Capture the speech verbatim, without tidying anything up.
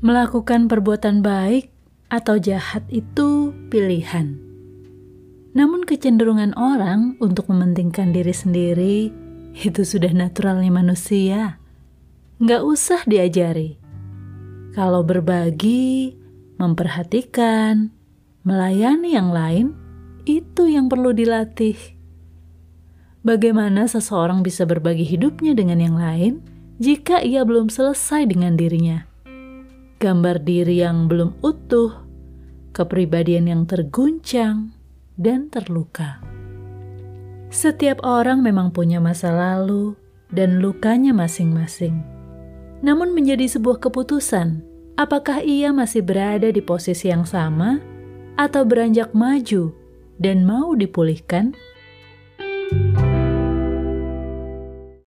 Melakukan perbuatan baik atau jahat itu pilihan. Namun kecenderungan orang untuk mementingkan diri sendiri itu sudah naturalnya manusia. Nggak usah diajari. Kalau berbagi, memperhatikan, melayani yang lain, itu yang perlu dilatih. Bagaimana seseorang bisa berbagi hidupnya dengan yang lain jika ia belum selesai dengan dirinya? Gambar diri yang belum utuh, kepribadian yang terguncang, dan terluka. Setiap orang memang punya masa lalu dan lukanya masing-masing. Namun menjadi sebuah keputusan, apakah ia masih berada di posisi yang sama atau beranjak maju dan mau dipulihkan?